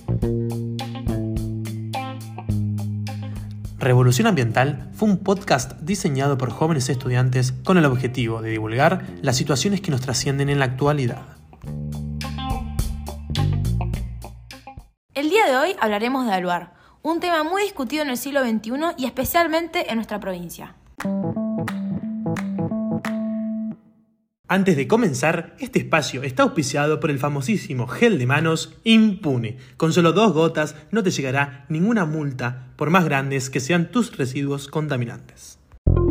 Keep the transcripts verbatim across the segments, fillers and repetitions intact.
Revolución Ambiental fue un podcast diseñado por jóvenes estudiantes con el objetivo de divulgar las situaciones que nos trascienden en la actualidad. El día de hoy hablaremos de Aluar, un tema muy discutido en el siglo veintiuno y especialmente en nuestra provincia. Antes de comenzar, este espacio está auspiciado por el famosísimo gel de manos Impune. Con solo dos gotas no te llegará ninguna multa, por más grandes que sean tus residuos contaminantes.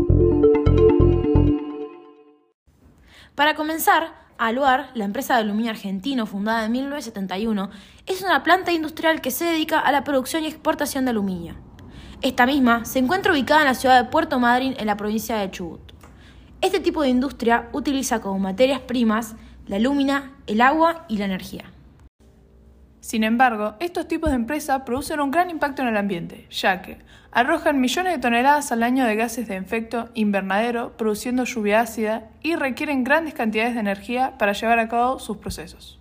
Para comenzar, Aluar, la empresa de aluminio argentino fundada en mil novecientos setenta y uno, es una planta industrial que se dedica a la producción y exportación de aluminio. Esta misma se encuentra ubicada en la ciudad de Puerto Madryn, en la provincia de Chubut. Este tipo de industria utiliza como materias primas la lumina, el agua y la energía. Sin embargo, estos tipos de empresas producen un gran impacto en el ambiente, ya que arrojan millones de toneladas al año de gases de efecto invernadero, produciendo lluvia ácida, y requieren grandes cantidades de energía para llevar a cabo sus procesos.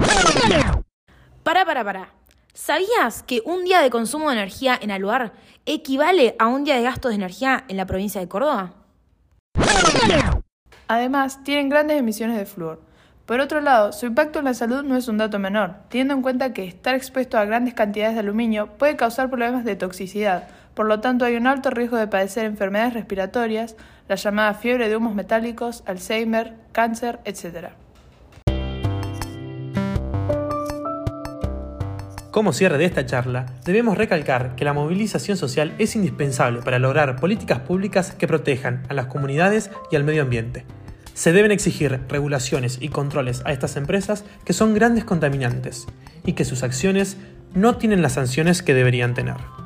Para, para, para. ¿Sabías que un día de consumo de energía en Aluar equivale a un día de gasto de energía en la provincia de Córdoba? Además, tienen grandes emisiones de flúor. Por otro lado, su impacto en la salud no es un dato menor, teniendo en cuenta que estar expuesto a grandes cantidades de aluminio puede causar problemas de toxicidad, por lo tanto hay un alto riesgo de padecer enfermedades respiratorias, la llamada fiebre de humos metálicos, Alzheimer, cáncer, etcétera. Como cierre de esta charla, debemos recalcar que la movilización social es indispensable para lograr políticas públicas que protejan a las comunidades y al medio ambiente. Se deben exigir regulaciones y controles a estas empresas que son grandes contaminantes y que sus acciones no tienen las sanciones que deberían tener.